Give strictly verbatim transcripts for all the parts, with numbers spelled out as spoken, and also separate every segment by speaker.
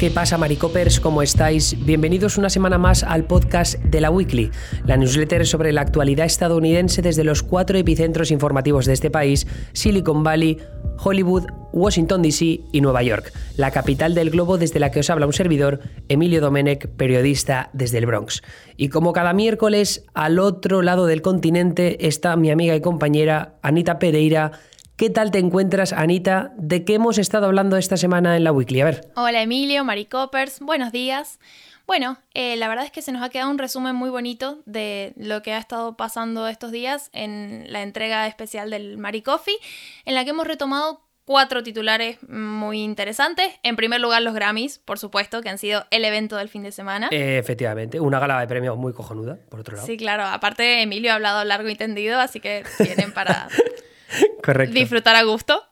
Speaker 1: ¿Qué pasa, Maricopers? ¿Cómo estáis? Bienvenidos una semana más al podcast de la Weekly, la newsletter sobre la actualidad estadounidense desde los cuatro epicentros informativos de este país: Silicon Valley, Hollywood, Washington D C y Nueva York, la capital del globo desde la que os habla un servidor, Emilio Domenech, periodista desde el Bronx. Y como cada miércoles, al otro lado del continente está mi amiga y compañera Anita Pereira. ¿Qué tal te encuentras, Anita? ¿De qué hemos estado hablando esta semana en la Weekly? A ver.
Speaker 2: Hola, Emilio, Maricopers, buenos días. Bueno, eh, la verdad es que se nos ha quedado un resumen muy bonito de lo que ha estado pasando estos días en la entrega especial del Maricoffee, en la que hemos retomado cuatro titulares muy interesantes. En primer lugar, los Grammys, por supuesto, que han sido el evento del fin de semana.
Speaker 1: Eh, efectivamente, una gala de premios muy cojonuda, por otro lado.
Speaker 2: Sí, claro. Aparte, Emilio ha hablado largo y tendido, así que tienen para
Speaker 1: Correcto.
Speaker 2: disfrutar a gusto.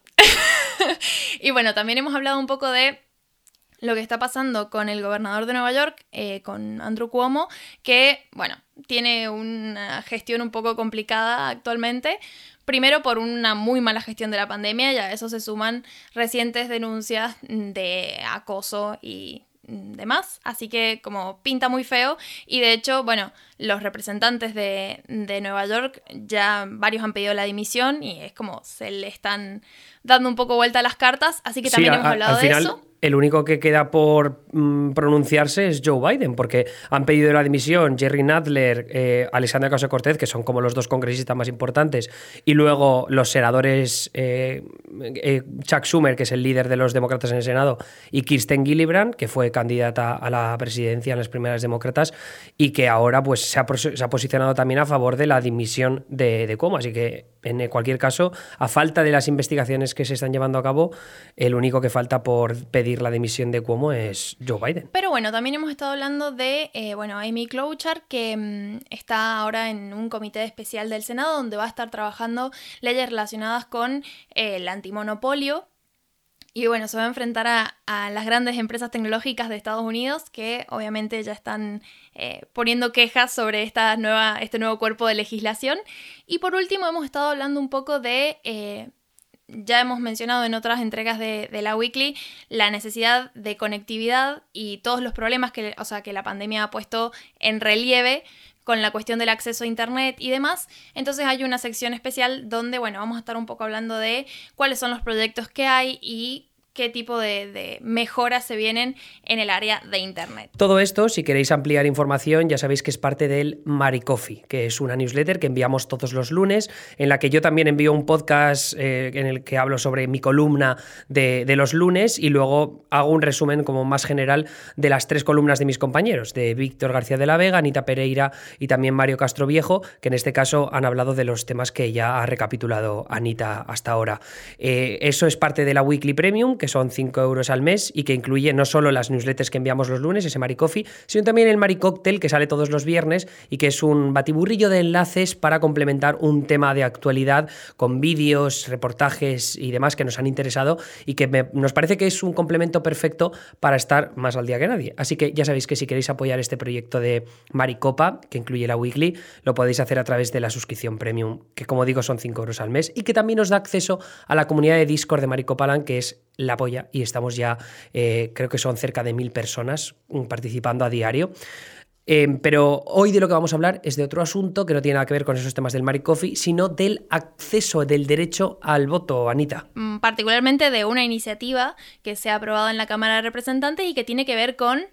Speaker 2: Y bueno, también hemos hablado un poco de lo que está pasando con el gobernador de Nueva York, eh, con Andrew Cuomo, que, bueno, tiene una gestión un poco complicada actualmente. Primero por una muy mala gestión de la pandemia, y a eso se suman recientes denuncias de acoso y demás, así que como pinta muy feo. Y de hecho, bueno, los representantes de, de Nueva York, ya varios han pedido la dimisión y es como se le están dando un poco vuelta a las cartas, así que también
Speaker 1: sí,
Speaker 2: hemos
Speaker 1: a,
Speaker 2: hablado
Speaker 1: al
Speaker 2: de
Speaker 1: final,
Speaker 2: eso.
Speaker 1: El único que queda por mmm, pronunciarse es Joe Biden, porque han pedido la dimisión Jerry Nadler, eh, Alexandria Ocasio-Cortez, que son como los dos congresistas más importantes, y luego los senadores eh, eh, Chuck Schumer, que es el líder de los demócratas en el Senado, y Kirsten Gillibrand, que fue candidata a la presidencia en las primarias demócratas y que ahora pues se ha, se ha posicionado también a favor de la dimisión de, de Cuomo. Así que en cualquier caso, a falta de las investigaciones que se están llevando a cabo, el único que falta por pedir la dimisión de Cuomo es Joe Biden.
Speaker 2: Pero bueno, también hemos estado hablando de eh, bueno, Amy Klobuchar, que mmm, está ahora en un comité especial del Senado donde va a estar trabajando leyes relacionadas con eh, el antimonopolio. Y bueno, se va a enfrentar a, a las grandes empresas tecnológicas de Estados Unidos, que obviamente ya están eh, poniendo quejas sobre esta nueva, este nuevo cuerpo de legislación. Y por último hemos estado hablando un poco de, eh, ya hemos mencionado en otras entregas de, de la Weekly, la necesidad de conectividad y todos los problemas que, o sea, que la pandemia ha puesto en relieve con la cuestión del acceso a internet y demás. Entonces hay una sección especial donde, bueno, vamos a estar un poco hablando de cuáles son los proyectos que hay y qué tipo de, de mejoras se vienen en el área de internet.
Speaker 1: Todo esto, si queréis ampliar información, ya sabéis que es parte del Maricoffee, que es una newsletter que enviamos todos los lunes, en la que yo también envío un podcast eh, en el que hablo sobre mi columna de, de los lunes, y luego hago un resumen como más general de las tres columnas de mis compañeros, de Víctor García de la Vega, Anita Pereira y también Mario Castro Viejo, que en este caso han hablado de los temas que ya ha recapitulado Anita hasta ahora. Eh, eso es parte de la Weekly Premium, que son cinco euros al mes y que incluye no solo las newsletters que enviamos los lunes, ese Maricoffee, sino también el Maricóctel, que sale todos los viernes y que es un batiburrillo de enlaces para complementar un tema de actualidad con vídeos, reportajes y demás que nos han interesado y que me, nos parece que es un complemento perfecto para estar más al día que nadie. Así que ya sabéis que si queréis apoyar este proyecto de Maricopa, que incluye la Weekly, lo podéis hacer a través de la suscripción Premium, que como digo son cinco euros al mes y que también os da acceso a la comunidad de Discord de Maricopalan, que es la polla, y estamos ya, eh, creo que son cerca de mil personas participando a diario. Eh, pero hoy de lo que vamos a hablar es de otro asunto que no tiene nada que ver con esos temas del Maricoffee, sino del acceso, del derecho al voto, Anita.
Speaker 2: Particularmente de una iniciativa que se ha aprobado en la Cámara de Representantes y que tiene que ver con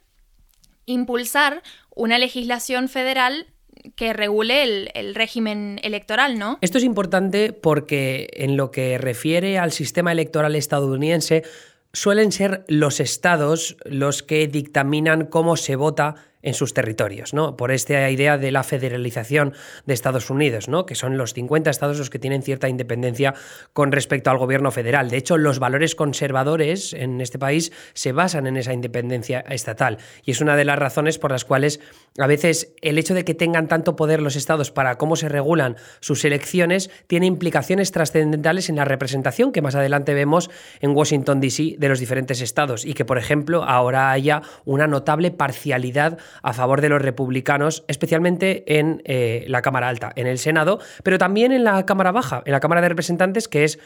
Speaker 2: impulsar una legislación federal que regule el, el régimen electoral, ¿no?
Speaker 1: Esto es importante porque en lo que refiere al sistema electoral estadounidense, suelen ser los estados los que dictaminan cómo se vota en sus territorios, ¿no? Por esta idea de la federalización de Estados Unidos, ¿no? Que son los cincuenta estados los que tienen cierta independencia con respecto al gobierno federal. De hecho, los valores conservadores en este país se basan en esa independencia estatal, y es una de las razones por las cuales a veces el hecho de que tengan tanto poder los estados para cómo se regulan sus elecciones tiene implicaciones trascendentales en la representación que más adelante vemos en Washington D C de los diferentes estados, y que, por ejemplo, ahora haya una notable parcialidad a favor de los republicanos, especialmente en eh, la Cámara Alta, en el Senado, pero también en la Cámara Baja, en la Cámara de Representantes, que es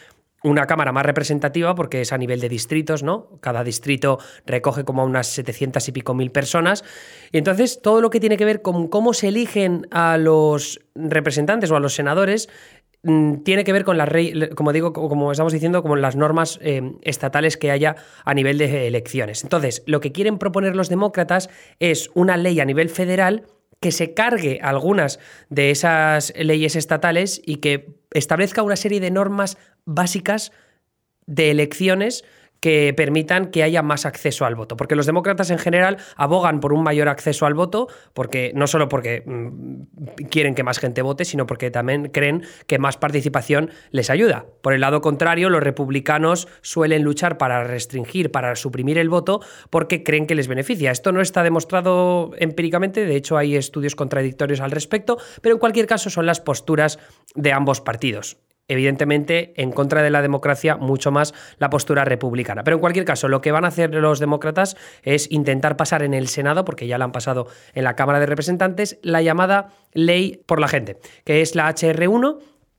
Speaker 1: una cámara más representativa porque es a nivel de distritos, ¿no? Cada distrito recoge como unas setecientas y pico mil personas. Y entonces todo lo que tiene que ver con cómo se eligen a los representantes o a los senadores tiene que ver con las, como digo, como estamos diciendo, como las normas eh, estatales que haya a nivel de elecciones. Entonces, lo que quieren proponer los demócratas es una ley a nivel federal que se cargue algunas de esas leyes estatales y que establezca una serie de normas básicas de elecciones que permitan que haya más acceso al voto. Porque los demócratas en general abogan por un mayor acceso al voto, porque no solo porque mmm, quieren que más gente vote, sino porque también creen que más participación les ayuda. Por el lado contrario, los republicanos suelen luchar para restringir, para suprimir el voto, porque creen que les beneficia. Esto no está demostrado empíricamente, de hecho hay estudios contradictorios al respecto, pero en cualquier caso son las posturas de ambos partidos. Evidentemente, en contra de la democracia, mucho más la postura republicana. Pero en cualquier caso, lo que van a hacer los demócratas es intentar pasar en el Senado, porque ya la han pasado en la Cámara de Representantes, la llamada Ley por la Gente, que es la H R uno,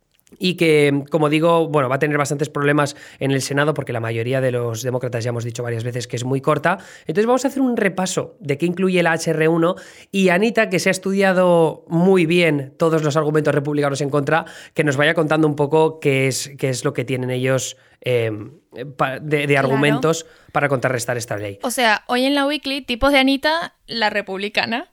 Speaker 1: y que, como digo, bueno, va a tener bastantes problemas en el Senado porque la mayoría de los demócratas ya hemos dicho varias veces que es muy corta. Entonces vamos a hacer un repaso de qué incluye la H R uno y Anita, que se ha estudiado muy bien todos los argumentos republicanos en contra, que nos vaya contando un poco qué es, qué es lo que tienen ellos eh, de, de argumentos claro. para contrarrestar esta ley.
Speaker 2: O sea, hoy en la Weekly, tipos de Anita, la republicana.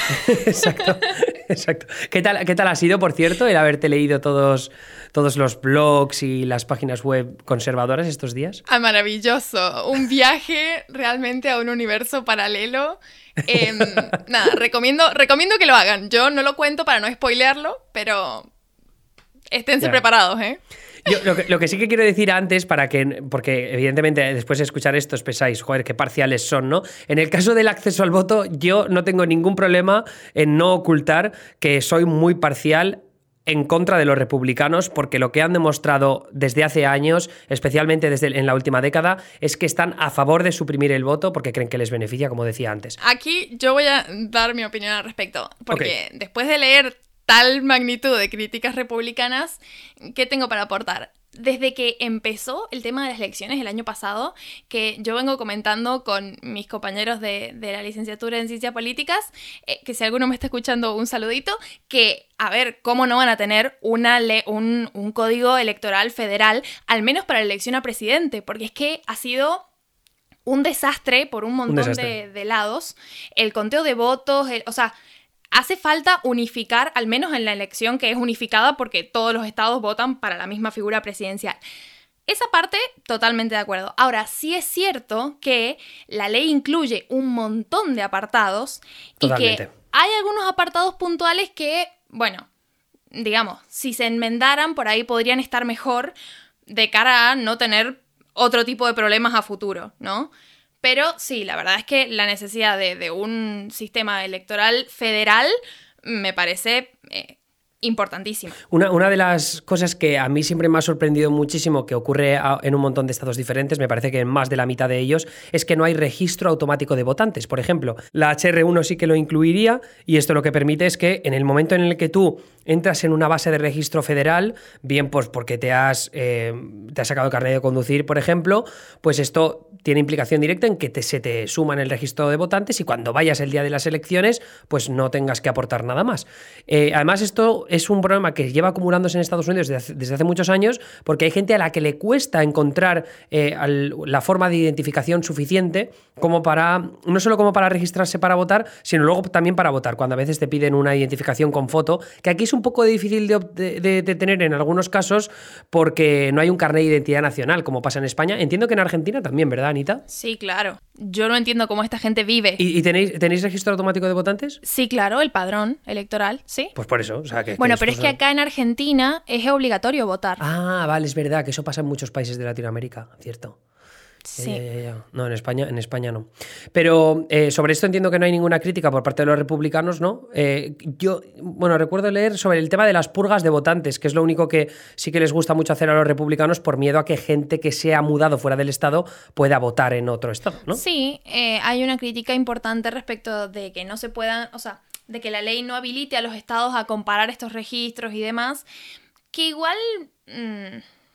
Speaker 1: Exacto, exacto. ¿Qué tal, ¿Qué tal ha sido, por cierto, el haberte leído todos, todos los blogs y las páginas web conservadoras estos días?
Speaker 2: Ah, maravilloso. Un viaje realmente a un universo paralelo. Eh, nada, recomiendo, recomiendo que lo hagan. Yo no lo cuento para no spoilearlo, pero esténse yeah. preparados, ¿eh?
Speaker 1: Yo, lo, que, lo que sí que quiero decir antes, para que, porque evidentemente después de escuchar esto os pensáis, joder, qué parciales son, ¿no? En el caso del acceso al voto, yo no tengo ningún problema en no ocultar que soy muy parcial en contra de los republicanos, porque lo que han demostrado desde hace años, especialmente desde en la última década, es que están a favor de suprimir el voto porque creen que les beneficia, como decía antes.
Speaker 2: Aquí yo voy a dar mi opinión al respecto, porque okay. después de leer tal magnitud de críticas republicanas, ¿qué tengo para aportar? Desde que empezó el tema de las elecciones el año pasado, que yo vengo comentando con mis compañeros de, de la licenciatura en Ciencias Políticas, eh, que si alguno me está escuchando, un saludito, que, a ver, ¿cómo no van a tener una le- un, un código electoral federal, al menos para la elección a presidente? Porque es que ha sido un desastre por un montón
Speaker 1: un
Speaker 2: de, de lados. El conteo de votos, el, o sea... Hace falta unificar, al menos en la elección que es unificada porque todos los estados votan para la misma figura presidencial. Esa parte, totalmente de acuerdo. Ahora, sí es cierto que la ley incluye un montón de apartados
Speaker 1: Totalmente.
Speaker 2: y que hay algunos apartados puntuales que, bueno, digamos, si se enmendaran, por ahí podrían estar mejor de cara a no tener otro tipo de problemas a futuro, ¿no? Pero sí, la verdad es que la necesidad de, de un sistema electoral federal me parece eh, importantísima.
Speaker 1: Una, una de las cosas que a mí siempre me ha sorprendido muchísimo, que ocurre a, en un montón de estados diferentes, me parece que en más de la mitad de ellos, es que no hay registro automático de votantes. Por ejemplo, la H R uno sí que lo incluiría, y esto lo que permite es que en el momento en el que tú entras en una base de registro federal, bien pues porque te has, eh, te has sacado carnet de conducir, por ejemplo, pues esto tiene implicación directa en que te, se te suma en el registro de votantes y cuando vayas el día de las elecciones, pues no tengas que aportar nada más. Eh, además, esto es un problema que lleva acumulándose en Estados Unidos desde hace, desde hace muchos años, porque hay gente a la que le cuesta encontrar eh, al, la forma de identificación suficiente como para, no solo como para registrarse para votar, sino luego también para votar, cuando a veces te piden una identificación con foto, que aquí es un poco difícil de, de, de, de tener en algunos casos porque no hay un carnet de identidad nacional, como pasa en España. Entiendo que en Argentina también, ¿verdad, Anita?
Speaker 2: Sí, claro. Yo no entiendo cómo esta gente vive.
Speaker 1: ¿Y, y tenéis, tenéis registro automático de votantes?
Speaker 2: Sí, claro, el padrón electoral, sí.
Speaker 1: Pues por eso, o sea que...
Speaker 2: Bueno,
Speaker 1: que
Speaker 2: pero es que acá en Argentina es obligatorio votar.
Speaker 1: Ah, vale, es verdad, que eso pasa en muchos países de Latinoamérica, cierto.
Speaker 2: Sí.
Speaker 1: Ya, ya, ya. No, en España, en España no. Pero eh, sobre esto entiendo que no hay ninguna crítica por parte de los republicanos, ¿no? Eh, yo, bueno, recuerdo leer sobre el tema de las purgas de votantes, que es lo único que sí que les gusta mucho hacer a los republicanos por miedo a que gente que se ha mudado fuera del estado pueda votar en otro estado, ¿no?
Speaker 2: Sí, eh, hay una crítica importante respecto de que no se puedan, o sea, de que la ley no habilite a los estados a comparar estos registros y demás, que igual... Mmm,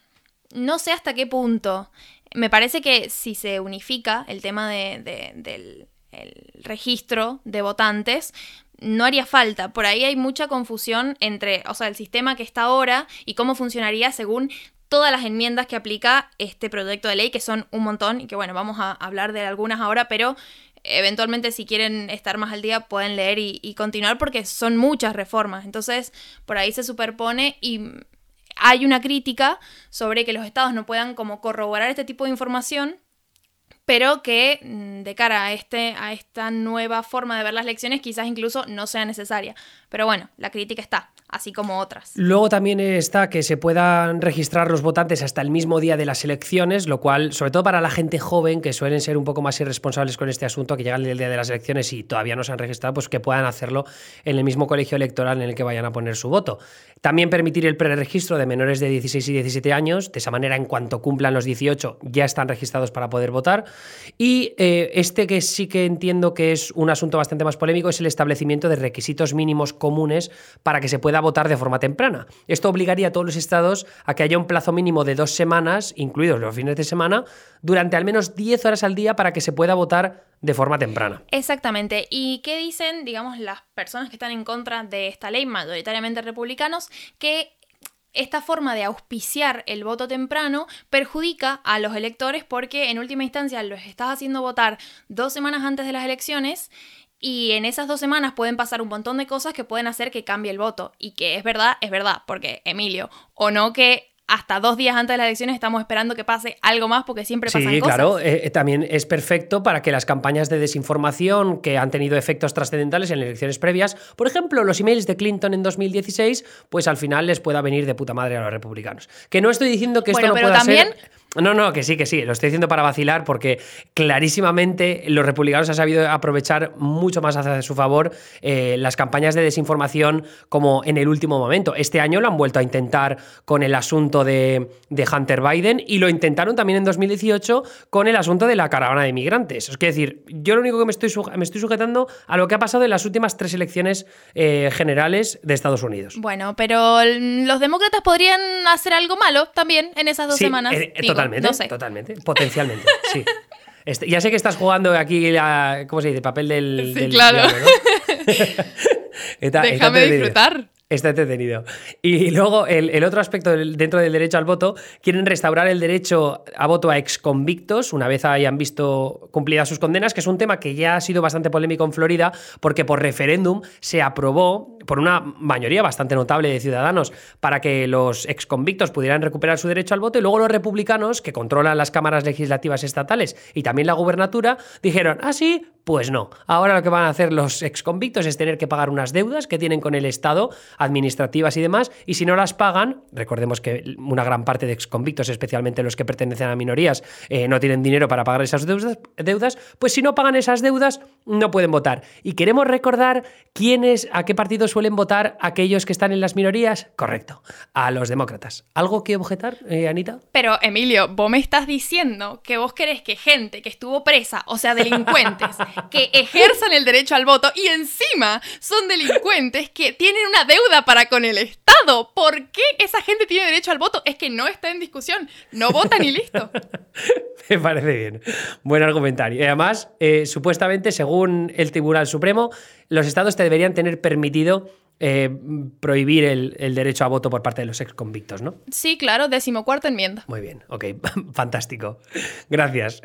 Speaker 2: no sé hasta qué punto. Me parece que si se unifica el tema de, de, del el registro de votantes, no haría falta. Por ahí hay mucha confusión entre, o sea, el sistema que está ahora y cómo funcionaría según todas las enmiendas que aplica este proyecto de ley, que son un montón y que, bueno, vamos a hablar de algunas ahora, pero eventualmente si quieren estar más al día pueden leer y, y continuar porque son muchas reformas. Entonces, por ahí se superpone y hay una crítica sobre que los estados no puedan como corroborar este tipo de información, pero que de cara a, este, a esta nueva forma de ver las elecciones quizás incluso no sea necesaria. Pero bueno, la crítica está, así como otras.
Speaker 1: Luego también está que se puedan registrar los votantes hasta el mismo día de las elecciones, lo cual, sobre todo para la gente joven, que suelen ser un poco más irresponsables con este asunto, que llegan el día de las elecciones y todavía no se han registrado, pues que puedan hacerlo en el mismo colegio electoral en el que vayan a poner su voto. También permitir el preregistro de menores de dieciséis y diecisiete años, de esa manera en cuanto cumplan los dieciocho ya están registrados para poder votar. Y eh, este que sí que entiendo que es un asunto bastante más polémico es el establecimiento de requisitos mínimos comunes para que se pueda votar de forma temprana. Esto obligaría a todos los estados a que haya un plazo mínimo de dos semanas, incluidos los fines de semana, durante al menos diez horas al día para que se pueda votar de forma temprana.
Speaker 2: Exactamente. ¿Y qué dicen, digamos, las personas que están en contra de esta ley, mayoritariamente republicanos, que esta forma de auspiciar el voto temprano perjudica a los electores porque en última instancia los estás haciendo votar dos semanas antes de las elecciones y en esas dos semanas pueden pasar un montón de cosas que pueden hacer que cambie el voto? Y que es verdad, es verdad, porque Emilio, o no que hasta dos días antes de las elecciones estamos esperando que pase algo más porque siempre pasan
Speaker 1: sí,
Speaker 2: cosas. Sí,
Speaker 1: claro. Eh, también es perfecto para que las campañas de desinformación que han tenido efectos trascendentales en elecciones previas, por ejemplo, los emails de Clinton en dos mil dieciséis, pues al final les pueda venir de puta madre a los republicanos. Que no estoy diciendo que esto
Speaker 2: bueno,
Speaker 1: no
Speaker 2: pero
Speaker 1: pueda
Speaker 2: también...
Speaker 1: ser... No, no, que sí, que sí, lo estoy diciendo para vacilar porque clarísimamente los republicanos han sabido aprovechar mucho más hacia su favor eh, las campañas de desinformación como en el último momento. Este año lo han vuelto a intentar con el asunto de, de Hunter Biden y lo intentaron también en dos mil dieciocho con el asunto de la caravana de migrantes. Es decir, yo lo único que me estoy, me estoy sujetando a lo que ha pasado en las últimas tres elecciones eh, generales de Estados Unidos.
Speaker 2: Bueno, pero los demócratas podrían hacer algo malo también en esas dos
Speaker 1: sí,
Speaker 2: semanas.
Speaker 1: Eh,
Speaker 2: Digo,
Speaker 1: totalmente,
Speaker 2: no sé.
Speaker 1: totalmente, potencialmente, sí. Este, ya sé que estás jugando aquí, la, ¿cómo se dice? El papel del...
Speaker 2: Sí,
Speaker 1: del
Speaker 2: claro.
Speaker 1: diablo, ¿no? está,
Speaker 2: Déjame
Speaker 1: está
Speaker 2: disfrutar.
Speaker 1: Está entretenido. Y luego el, el otro aspecto del, dentro del derecho al voto, quieren restaurar el derecho a voto a exconvictos una vez hayan visto cumplidas sus condenas, que es un tema que ya ha sido bastante polémico en Florida porque por referéndum se aprobó por una mayoría bastante notable de ciudadanos para que los exconvictos pudieran recuperar su derecho al voto y luego los republicanos, que controlan las cámaras legislativas estatales y también la gubernatura, dijeron, ah, sí, pues no. Ahora lo que van a hacer los exconvictos es tener que pagar unas deudas que tienen con el Estado, administrativas y demás, y si no las pagan, recordemos que una gran parte de exconvictos, especialmente los que pertenecen a minorías, eh, no tienen dinero para pagar esas deudas, deudas, pues si no pagan esas deudas, no pueden votar. Y queremos recordar quiénes, a qué partidos suelen votar aquellos que están en las minorías. Correcto, a los demócratas. ¿Algo que objetar, eh, Anita?
Speaker 2: Pero, Emilio, vos me estás diciendo que vos querés que gente que estuvo presa, o sea, delincuentes, que ejerzan el derecho al voto y encima son delincuentes que tienen una deuda para con el Estado. ¿Por qué esa gente tiene derecho al voto? Es que no está en discusión. No votan y listo.
Speaker 1: Me parece bien. Buen argumentario. Y además, eh, supuestamente, según el Tribunal Supremo, los estados te deberían tener permitido Eh, prohibir el, el derecho a voto por parte de los exconvictos, ¿no?
Speaker 2: Sí, claro, decimocuarta enmienda.
Speaker 1: Muy bien, ok, fantástico. Gracias.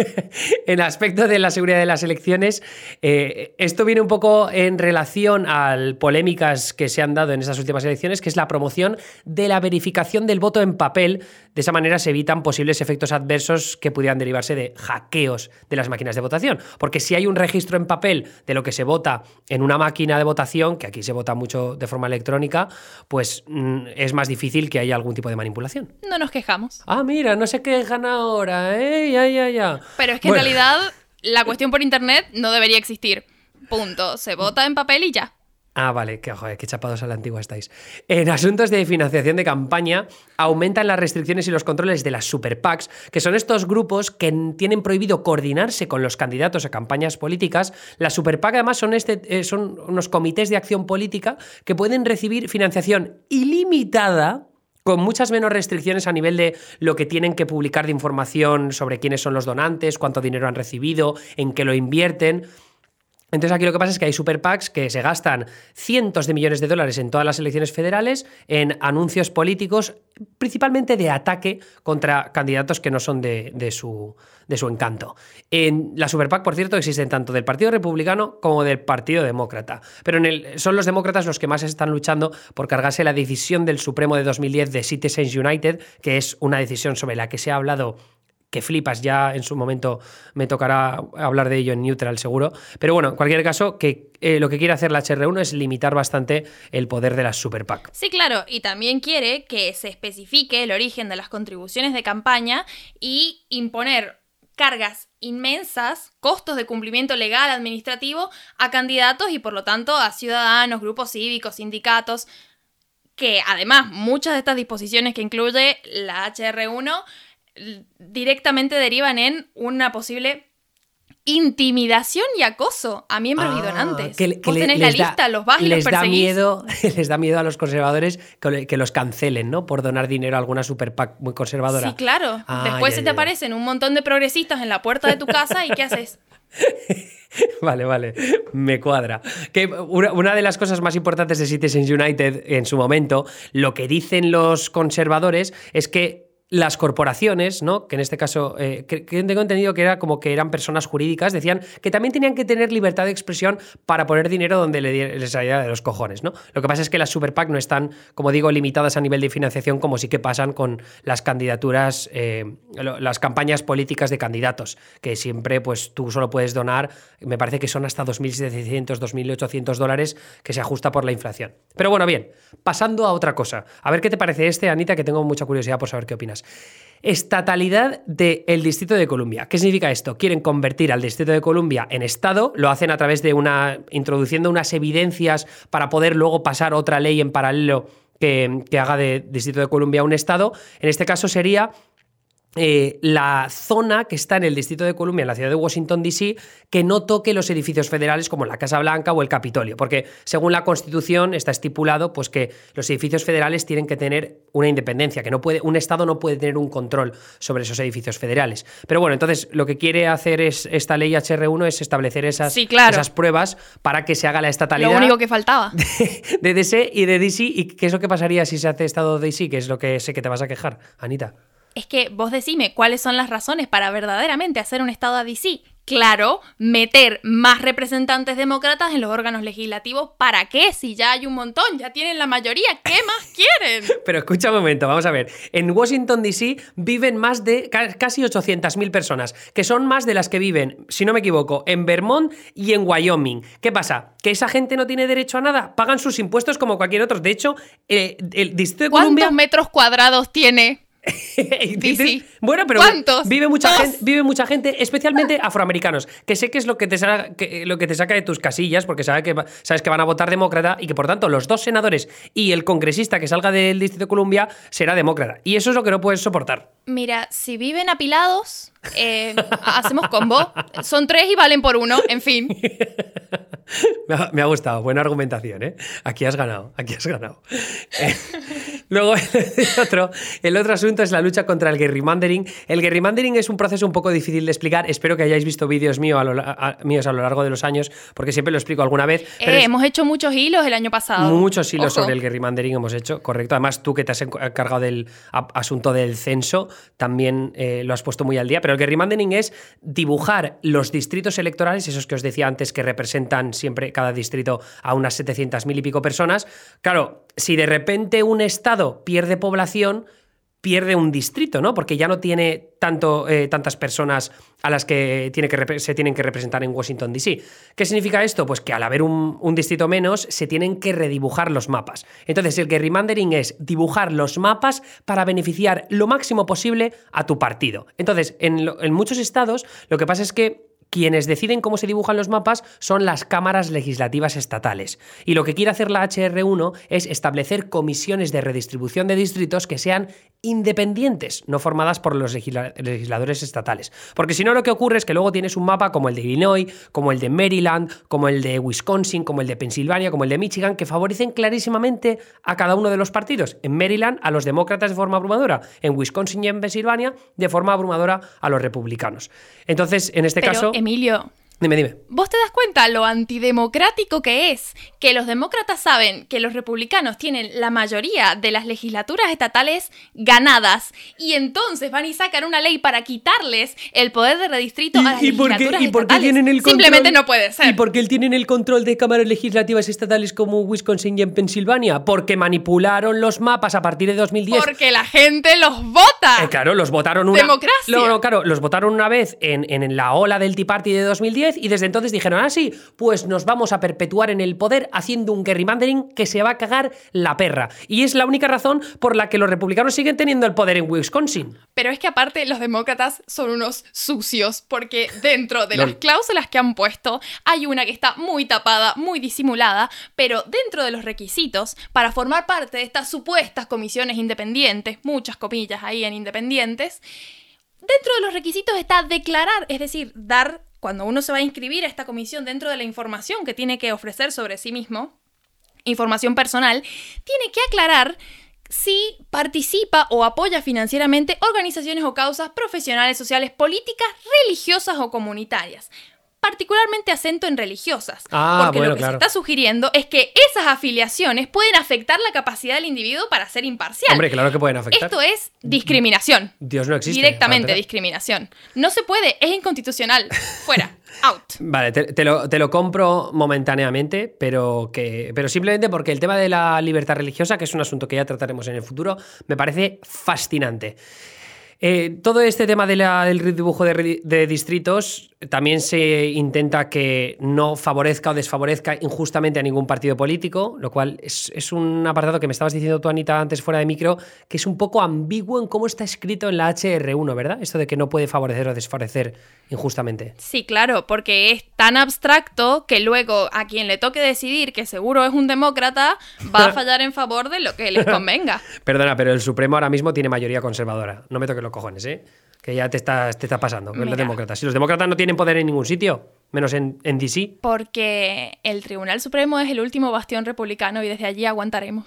Speaker 1: En aspecto de la seguridad de las elecciones, eh, esto viene un poco en relación a polémicas que se han dado en esas últimas elecciones, que es la promoción de la verificación del voto en papel. De esa manera se evitan posibles efectos adversos que pudieran derivarse de hackeos de las máquinas de votación. Porque si hay un registro en papel de lo que se vota en una máquina de votación, que aquí se vota mucho de forma electrónica, pues mm, es más difícil que haya algún tipo de manipulación.
Speaker 2: No nos quejamos.
Speaker 1: Ah, mira, no se quejan ahora, ¿eh? Ya, ya, ya.
Speaker 2: Pero es que
Speaker 1: bueno.
Speaker 2: en realidad la cuestión por internet no debería existir. Punto. Se vota en papel y ya.
Speaker 1: Ah, vale, que, joder, qué chapados a la antigua estáis. En asuntos de financiación de campaña, aumentan las restricciones y los controles de las super PACs, que son estos grupos que tienen prohibido coordinarse con los candidatos a campañas políticas. Las super PAC, además, son, este, eh, son unos comités de acción política que pueden recibir financiación ilimitada con muchas menos restricciones a nivel de lo que tienen que publicar de información sobre quiénes son los donantes, cuánto dinero han recibido, en qué lo invierten. Entonces aquí lo que pasa es que hay super PACs que se gastan cientos de millones de dólares en todas las elecciones federales en anuncios políticos, principalmente de ataque contra candidatos que no son de, de, su, de su encanto. En la super PAC, por cierto, existen tanto del Partido Republicano como del Partido Demócrata. Pero en el, son los demócratas los que más están luchando por cargarse la decisión del Supremo de dos mil diez de Citizens United, que es una decisión sobre la que se ha hablado que flipas, ya en su momento me tocará hablar de ello en Neutral seguro, pero bueno, en cualquier caso, que eh, lo que quiere hacer la H R uno es limitar bastante el poder de las super PAC.
Speaker 2: Sí, claro, y también quiere que se especifique el origen de las contribuciones de campaña y imponer cargas inmensas, costos de cumplimiento legal, administrativo, a candidatos y por lo tanto a ciudadanos, grupos cívicos, sindicatos, que además muchas de estas disposiciones que incluye la H R uno directamente derivan en una posible intimidación y acoso a miembros
Speaker 1: ah,
Speaker 2: y donantes.
Speaker 1: Que, que
Speaker 2: Vos tenés la lista,
Speaker 1: da,
Speaker 2: los vas y
Speaker 1: les
Speaker 2: los
Speaker 1: da
Speaker 2: perseguís.
Speaker 1: Miedo, les da miedo a los conservadores que, que los cancelen, ¿no? Por donar dinero a alguna super PAC muy conservadora.
Speaker 2: Sí, claro.
Speaker 1: Ah,
Speaker 2: Después
Speaker 1: ya,
Speaker 2: se
Speaker 1: ya,
Speaker 2: te
Speaker 1: ya.
Speaker 2: aparecen un montón de progresistas en la puerta de tu casa y ¿qué haces?
Speaker 1: Vale, vale, me cuadra. Que una, una de las cosas más importantes de Citizens United en su momento, lo que dicen los conservadores es que las corporaciones, ¿no? Que en este caso, eh, que, que tengo entendido que era como que eran personas jurídicas, decían que también tenían que tener libertad de expresión para poner dinero donde les saliera de los cojones, ¿no? Lo que pasa es que las super PAC no están, como digo, limitadas a nivel de financiación como sí que pasan con las candidaturas, eh, las campañas políticas de candidatos, que siempre pues tú solo puedes donar, me parece que son hasta dos mil setecientos, dos mil ochocientos dólares, que se ajusta por la inflación. Pero bueno, bien, pasando a otra cosa. A ver qué te parece este, Anita, que tengo mucha curiosidad por saber qué opinas. Estatalidad del Distrito de Columbia. ¿Qué significa esto? Quieren convertir al Distrito de Columbia en Estado, lo hacen a través de una, introduciendo unas evidencias para poder luego pasar otra ley en paralelo que, que haga de Distrito de Columbia un Estado. En este caso sería Eh, la zona que está en el Distrito de Columbia, en la ciudad de Washington, D C, que no toque los edificios federales como la Casa Blanca o el Capitolio, porque según la Constitución está estipulado pues, que los edificios federales tienen que tener una independencia, que no puede, un Estado no puede tener un control sobre esos edificios federales. Pero bueno, entonces lo que quiere hacer es esta ley H R uno es establecer esas,
Speaker 2: sí, claro.
Speaker 1: esas pruebas para que se haga la estatalidad.
Speaker 2: Lo único que faltaba.
Speaker 1: De, de D C y de D C. ¿Y qué es lo que pasaría si se hace Estado de D C? Que es lo que sé que te vas a quejar, Anita.
Speaker 2: Es que vos decime cuáles son las razones para verdaderamente hacer un estado a D C. Claro, meter más representantes demócratas en los órganos legislativos. ¿Para qué? Si ya hay un montón, ya tienen la mayoría. ¿Qué más quieren?
Speaker 1: Pero escucha un momento, vamos a ver. En Washington, D C viven más de casi ochocientas mil personas, que son más de las que viven, si no me equivoco, en Vermont y en Wyoming. ¿Qué pasa? ¿Que esa gente no tiene derecho a nada? Pagan sus impuestos como cualquier otro. De hecho, eh, el Distrito de Columbia...
Speaker 2: ¿Cuántos metros cuadrados tiene?
Speaker 1: D C. Bueno, pero
Speaker 2: ¿cuántos?
Speaker 1: vive mucha
Speaker 2: ¿Dos?
Speaker 1: gente, vive mucha gente, especialmente afroamericanos, que sé que es lo que te saca, que, lo que te saca de tus casillas, porque sabe que, sabes que van a votar demócrata y que por tanto los dos senadores y el congresista que salga del Distrito de Columbia será demócrata. Y eso es lo que no puedes soportar.
Speaker 2: Mira, si viven apilados, eh, hacemos combo. Son tres y valen por uno, en fin.
Speaker 1: Me ha, me ha gustado, buena argumentación, ¿eh? Aquí has ganado, aquí has ganado. Eh, luego, el otro, el otro asunto es la lucha contra el gerrymandering. El gerrymandering es un proceso un poco difícil de explicar. Espero que hayáis visto vídeos mío a lo, a, míos a lo largo de los años, porque siempre lo explico alguna vez. Pero
Speaker 2: eh,
Speaker 1: es,
Speaker 2: hemos hecho muchos hilos el año pasado.
Speaker 1: Muchos hilos
Speaker 2: Ojo.
Speaker 1: sobre el gerrymandering hemos hecho, correcto. Además, tú que te has encargado del a, asunto del censo, también eh, lo has puesto muy al día. Pero el gerrymandering es dibujar los distritos electorales, esos que os decía antes que representan siempre cada distrito a unas setecientas mil y pico personas. Claro, si de repente un estado pierde población, pierde un distrito, ¿no? Porque ya no tiene tanto, eh, tantas personas a las que, tiene que se tienen que representar en Washington, D C. ¿Qué significa esto? Pues que al haber un, un distrito menos, se tienen que redibujar los mapas. Entonces, el gerrymandering es dibujar los mapas para beneficiar lo máximo posible a tu partido. Entonces, en, lo, en muchos estados, lo que pasa es que quienes deciden cómo se dibujan los mapas son las cámaras legislativas estatales. Y lo que quiere hacer la H R uno es establecer comisiones de redistribución de distritos que sean independientes, no formadas por los legisla- legisladores estatales. Porque si no, lo que ocurre es que luego tienes un mapa como el de Illinois, como el de Maryland, como el de Wisconsin, como el de Pensilvania, como el de Michigan, que favorecen clarísimamente a cada uno de los partidos. En Maryland a los demócratas de forma abrumadora, en Wisconsin y en Pensilvania de forma abrumadora a los republicanos. Entonces, en este
Speaker 2: Pero,
Speaker 1: caso...
Speaker 2: Emilio...
Speaker 1: Dime, dime.
Speaker 2: ¿Vos te das cuenta lo antidemocrático que es? Que los demócratas saben que los republicanos tienen la mayoría de las legislaturas estatales ganadas y entonces van y sacan una ley para quitarles el poder de redistrito a las
Speaker 1: ¿Y, y por qué,
Speaker 2: legislaturas
Speaker 1: y por qué
Speaker 2: estatales.
Speaker 1: tienen el control,
Speaker 2: Simplemente no puede ser.
Speaker 1: ¿Y por qué tienen el control de cámaras legislativas estatales como Wisconsin y en Pensilvania? Porque manipularon los mapas a partir de dos mil diez.
Speaker 2: Porque la gente los vota.
Speaker 1: Eh, claro, los votaron una...
Speaker 2: Democracia.
Speaker 1: No, no, claro, los votaron una vez en, en, en la ola del Tea Party de dos mil diez y desde entonces dijeron, ah, sí, pues nos vamos a perpetuar en el poder haciendo un gerrymandering que se va a cagar la perra. Y es la única razón por la que los republicanos siguen teniendo el poder en Wisconsin.
Speaker 2: Pero es que aparte los demócratas son unos sucios, porque dentro de las
Speaker 1: Lol.
Speaker 2: cláusulas que han puesto hay una que está muy tapada, muy disimulada, pero dentro de los requisitos para formar parte de estas supuestas comisiones independientes, muchas comillas ahí en independientes, dentro de los requisitos está declarar, es decir, dar, cuando uno se va a inscribir a esta comisión dentro de la información que tiene que ofrecer sobre sí mismo, información personal, tiene que aclarar si participa o apoya financieramente organizaciones o causas profesionales, sociales, políticas, religiosas o comunitarias. Particularmente acento en religiosas.
Speaker 1: Ah,
Speaker 2: porque
Speaker 1: bueno,
Speaker 2: lo que
Speaker 1: claro.
Speaker 2: se está sugiriendo es que esas afiliaciones pueden afectar la capacidad del individuo para ser imparcial.
Speaker 1: Hombre, claro que pueden afectar.
Speaker 2: Esto es discriminación.
Speaker 1: Dios no existe.
Speaker 2: Directamente
Speaker 1: para empezar.
Speaker 2: discriminación. No se puede, es inconstitucional. Fuera. Out.
Speaker 1: Vale, te, te lo, te lo compro momentáneamente, pero, que, pero simplemente porque el tema de la libertad religiosa, que es un asunto que ya trataremos en el futuro, me parece fascinante. Eh, todo este tema de la, del dibujo de, de distritos también se intenta que no favorezca o desfavorezca injustamente a ningún partido político, lo cual es, es un apartado que me estabas diciendo tú, Anita, antes fuera de micro, que es un poco ambiguo en cómo está escrito en la H R uno, ¿verdad? Esto de que no puede favorecer o desfavorecer injustamente.
Speaker 2: Sí, claro, porque es tan abstracto que luego a quien le toque decidir, que seguro es un demócrata, va a fallar en favor de lo que les convenga.
Speaker 1: Perdona, pero el Supremo ahora mismo tiene mayoría conservadora. No me toques los cojones, ¿eh? Que ya te está, te está pasando con los demócratas. Si los demócratas no tienen poder en ningún sitio, menos en, en D C.
Speaker 2: Porque el Tribunal Supremo es el último bastión republicano y desde allí aguantaremos.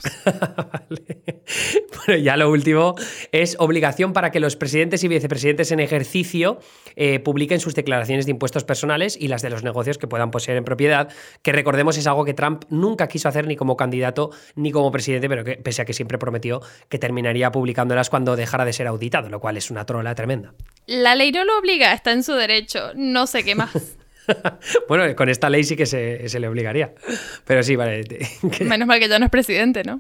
Speaker 1: Vale. Bueno, ya lo último es obligación para que los presidentes y vicepresidentes en ejercicio eh, publiquen sus declaraciones de impuestos personales y las de los negocios que puedan poseer en propiedad, que recordemos es algo que Trump nunca quiso hacer ni como candidato ni como presidente, pero que pese a que siempre prometió que terminaría publicándolas cuando dejara de ser auditado, lo cual es una trola tremenda.
Speaker 2: La ley no lo obliga, está en su derecho, no sé qué más.
Speaker 1: Bueno, con esta ley sí que se, se le obligaría. Pero sí, vale.
Speaker 2: Menos mal que ya no es presidente, ¿no?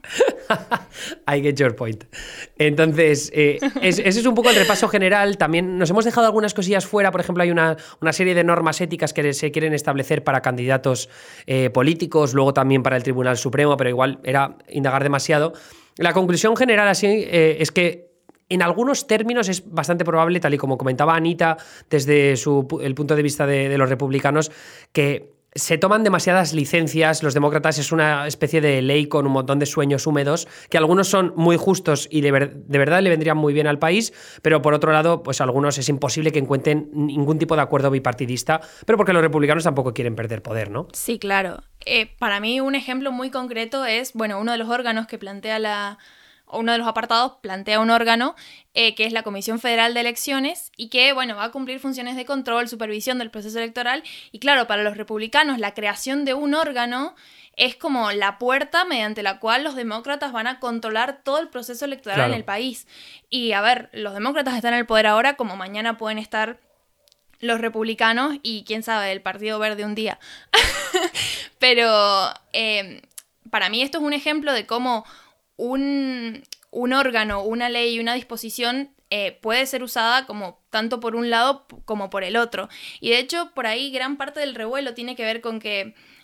Speaker 1: I get your point. Entonces, eh, es, ese es un poco el repaso general. También nos hemos dejado algunas cosillas fuera. Por ejemplo, hay una, una serie de normas éticas que se quieren establecer para candidatos eh, políticos, luego también para el Tribunal Supremo, pero igual era indagar demasiado. La conclusión general así eh, es que en algunos términos es bastante probable, tal y como comentaba Anita desde su, el punto de vista de, de los republicanos, que se toman demasiadas licencias. Los demócratas es una especie de ley con un montón de sueños húmedos, que algunos son muy justos y de, ver, de verdad le vendrían muy bien al país, pero por otro lado, pues algunos es imposible que encuentren ningún tipo de acuerdo bipartidista, pero porque los republicanos tampoco quieren perder poder, ¿no?
Speaker 2: Sí, claro. Eh, para mí un ejemplo muy concreto es, bueno, uno de los órganos que plantea la... uno de los apartados plantea un órgano eh, que es la Comisión Federal de Elecciones y que, bueno, va a cumplir funciones de control, supervisión del proceso electoral. Y claro, para los republicanos la creación de un órgano es como la puerta mediante la cual los demócratas van a controlar todo el proceso electoral
Speaker 1: Claro.
Speaker 2: en el país. Y a ver, los demócratas están en el poder ahora, como mañana pueden estar los republicanos y quién sabe, el Partido Verde un día. Pero eh, para mí esto es un ejemplo de cómo Un, un órgano, una ley, una disposición eh, puede ser usada como tanto por un lado como por el otro. Y de hecho, por ahí gran parte del revuelo tiene que ver con que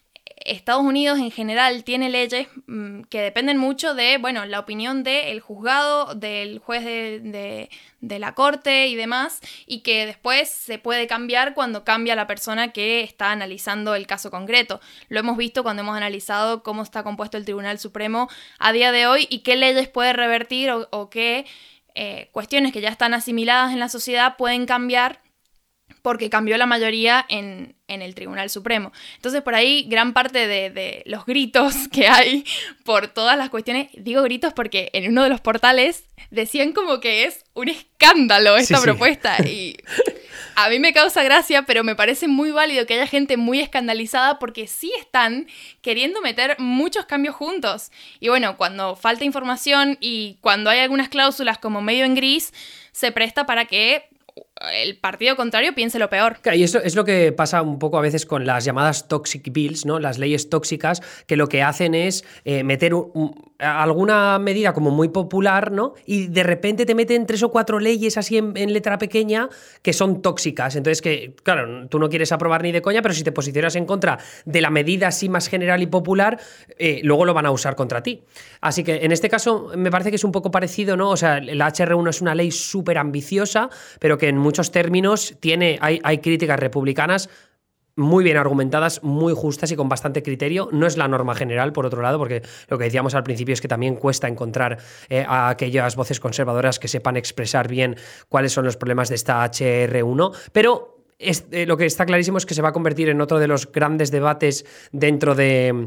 Speaker 2: Estados Unidos en general tiene leyes mmm, que dependen mucho de, bueno, la opinión del juzgado, del juez de, de, de la corte y demás, y que después se puede cambiar cuando cambia la persona que está analizando el caso concreto. Lo hemos visto cuando hemos analizado cómo está compuesto el Tribunal Supremo a día de hoy y qué leyes puede revertir o, o qué eh, cuestiones que ya están asimiladas en la sociedad pueden cambiar porque cambió la mayoría en, en el Tribunal Supremo. Entonces, por ahí, gran parte de, de los gritos que hay por todas las cuestiones, digo gritos porque en uno de los portales decían como que es un escándalo esta sí, propuesta. Sí. Y a mí me causa gracia, pero me parece muy válido que haya gente muy escandalizada porque sí están queriendo meter muchos cambios juntos. Y bueno, cuando falta información y cuando hay algunas cláusulas como medio en gris, se presta para que el partido contrario piense lo peor.
Speaker 1: Y eso es lo que pasa un poco a veces con las llamadas toxic bills, ¿no? Las leyes tóxicas, que lo que hacen es eh, meter un, un, alguna medida como muy popular, ¿no? Y de repente te meten tres o cuatro leyes así en, en letra pequeña que son tóxicas. Entonces, que claro, tú no quieres aprobar ni de coña, pero si te posicionas en contra de la medida así más general y popular, eh, luego lo van a usar contra ti. Así que en este caso me parece que es un poco parecido, ¿no? O sea, la H R uno es una ley súper ambiciosa, pero que en muchos términos tiene, hay, hay críticas republicanas muy bien argumentadas, muy justas y con bastante criterio. No es la norma general, por otro lado, porque lo que decíamos al principio es que también cuesta encontrar eh, a aquellas voces conservadoras que sepan expresar bien cuáles son los problemas de esta H R uno, pero es, eh, lo que está clarísimo es que se va a convertir en otro de los grandes debates dentro de...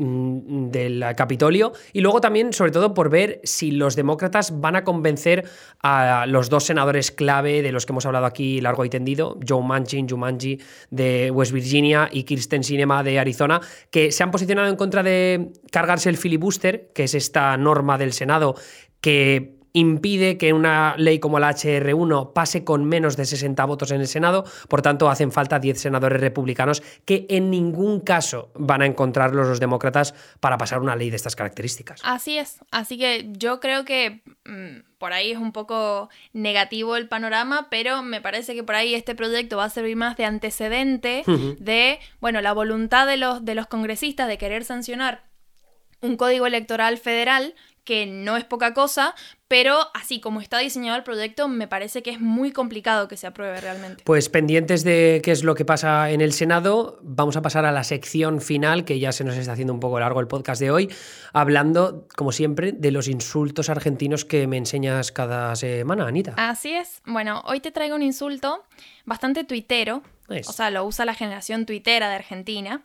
Speaker 1: del Capitolio, y luego también sobre todo por ver si los demócratas van a convencer a los dos senadores clave de los que hemos hablado aquí largo y tendido, Joe Manchin, Jumanji de West Virginia y Kyrsten Sinema de Arizona, que se han posicionado en contra de cargarse el filibuster, que es esta norma del Senado que impide que una ley como la H R uno pase con menos de sesenta votos en el Senado. Por tanto, hacen falta diez senadores republicanos que en ningún caso van a encontrarlos los demócratas para pasar una ley de estas características.
Speaker 2: Así es. Así que yo creo que mmm, por ahí es un poco negativo el panorama, pero me parece que por ahí este proyecto va a servir más de antecedente uh-huh. de, bueno, la voluntad de los, de los congresistas de querer sancionar un código electoral federal que no es poca cosa, pero así como está diseñado el proyecto, me parece que es muy complicado que se apruebe realmente.
Speaker 1: Pues pendientes de qué es lo que pasa en el Senado, vamos a pasar a la sección final, que ya se nos está haciendo un poco largo el podcast de hoy, hablando, como siempre, de los insultos argentinos que me enseñas cada semana, Anita.
Speaker 2: Así es. Bueno, hoy te traigo un insulto bastante tuitero, es. o sea, lo usa la generación tuitera de Argentina,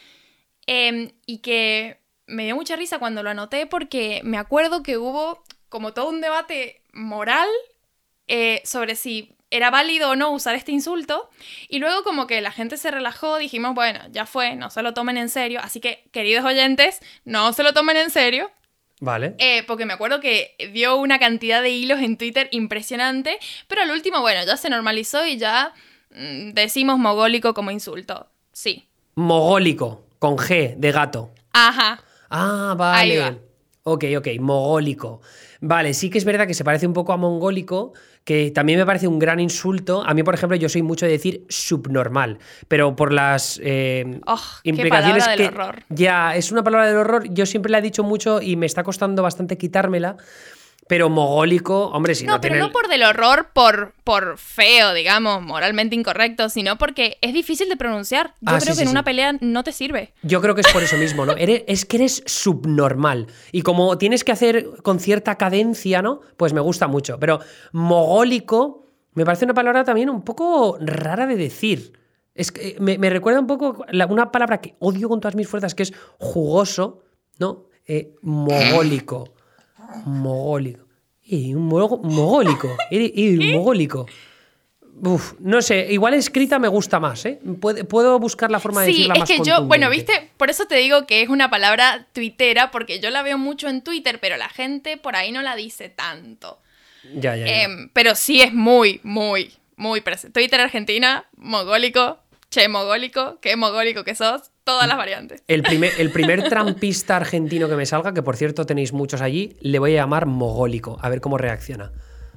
Speaker 2: eh, y que me dio mucha risa cuando lo anoté porque me acuerdo que hubo como todo un debate moral eh, sobre si era válido o no usar este insulto, y luego como que la gente se relajó, dijimos, bueno, ya fue, no se lo tomen en serio, así que, queridos oyentes, no se lo tomen en serio.
Speaker 1: Vale.
Speaker 2: Eh, porque me acuerdo que dio una cantidad de hilos en Twitter impresionante, pero al último, bueno, ya se normalizó y ya mmm, decimos mogólico como insulto, sí.
Speaker 1: Mogólico, con G, de gato.
Speaker 2: Ajá.
Speaker 1: Ah, vale.
Speaker 2: Ahí va.
Speaker 1: Ok, ok, mogólico. Vale, sí que es verdad que se parece un poco a mongólico, que también me parece un gran insulto. A mí, por ejemplo, yo soy mucho de decir subnormal, pero por las eh,
Speaker 2: oh,
Speaker 1: implicaciones
Speaker 2: qué palabra
Speaker 1: que...
Speaker 2: del horror.
Speaker 1: Ya, es una palabra del horror. Yo siempre la he dicho mucho y me está costando bastante quitármela. Pero mogólico, hombre, si no,
Speaker 2: no pero
Speaker 1: tiene...
Speaker 2: no por del horror, por, por feo, digamos, moralmente incorrecto, sino porque es difícil de pronunciar. Yo
Speaker 1: ah,
Speaker 2: creo
Speaker 1: sí,
Speaker 2: que
Speaker 1: sí,
Speaker 2: en
Speaker 1: sí.
Speaker 2: una pelea no te sirve.
Speaker 1: Yo creo que es por eso mismo, ¿no? Eres, es que eres subnormal. Y como tienes que hacer con cierta cadencia, ¿no? Pues me gusta mucho. Pero mogólico me parece una palabra también un poco rara de decir. Es que me, me recuerda un poco la, una palabra que odio con todas mis fuerzas, que es jugoso, ¿no? Eh, mogólico. Mogólico. Y un mogo, mogólico. Y un mogólico. Uf, no sé, igual escrita me gusta más, ¿eh? Puedo, puedo buscar la forma de
Speaker 2: sí,
Speaker 1: decirla más
Speaker 2: Sí, es que
Speaker 1: contundente.
Speaker 2: yo, bueno, viste, por eso te digo que es una palabra tuitera, porque yo la veo mucho en Twitter, pero la gente por ahí no la dice tanto.
Speaker 1: Ya, ya, ya.
Speaker 2: Eh, pero sí es muy, muy, muy presente. Twitter Argentina, mogólico, che, mogólico, qué mogólico que sos, todas las variantes.
Speaker 1: El primer, el primer trampista argentino que me salga, que por cierto tenéis muchos allí, le voy a llamar mogólico, a ver cómo reacciona.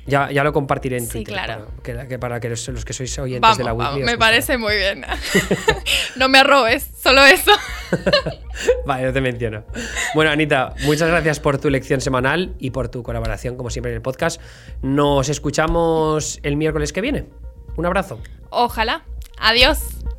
Speaker 1: Ya, ya lo compartiré en
Speaker 2: Sí,
Speaker 1: Twitter.
Speaker 2: claro.
Speaker 1: Para que, que para que los, los que sois oyentes
Speaker 2: Vamos,
Speaker 1: de la
Speaker 2: vamos,
Speaker 1: Weekly.
Speaker 2: me
Speaker 1: os
Speaker 2: parece muy bien. No me arrobes, solo eso.
Speaker 1: Vale, no te menciono. Bueno, Anita, muchas gracias por tu lección semanal y por tu colaboración, como siempre, en el podcast. Nos escuchamos el miércoles que viene. Un abrazo.
Speaker 2: Ojalá. Adiós.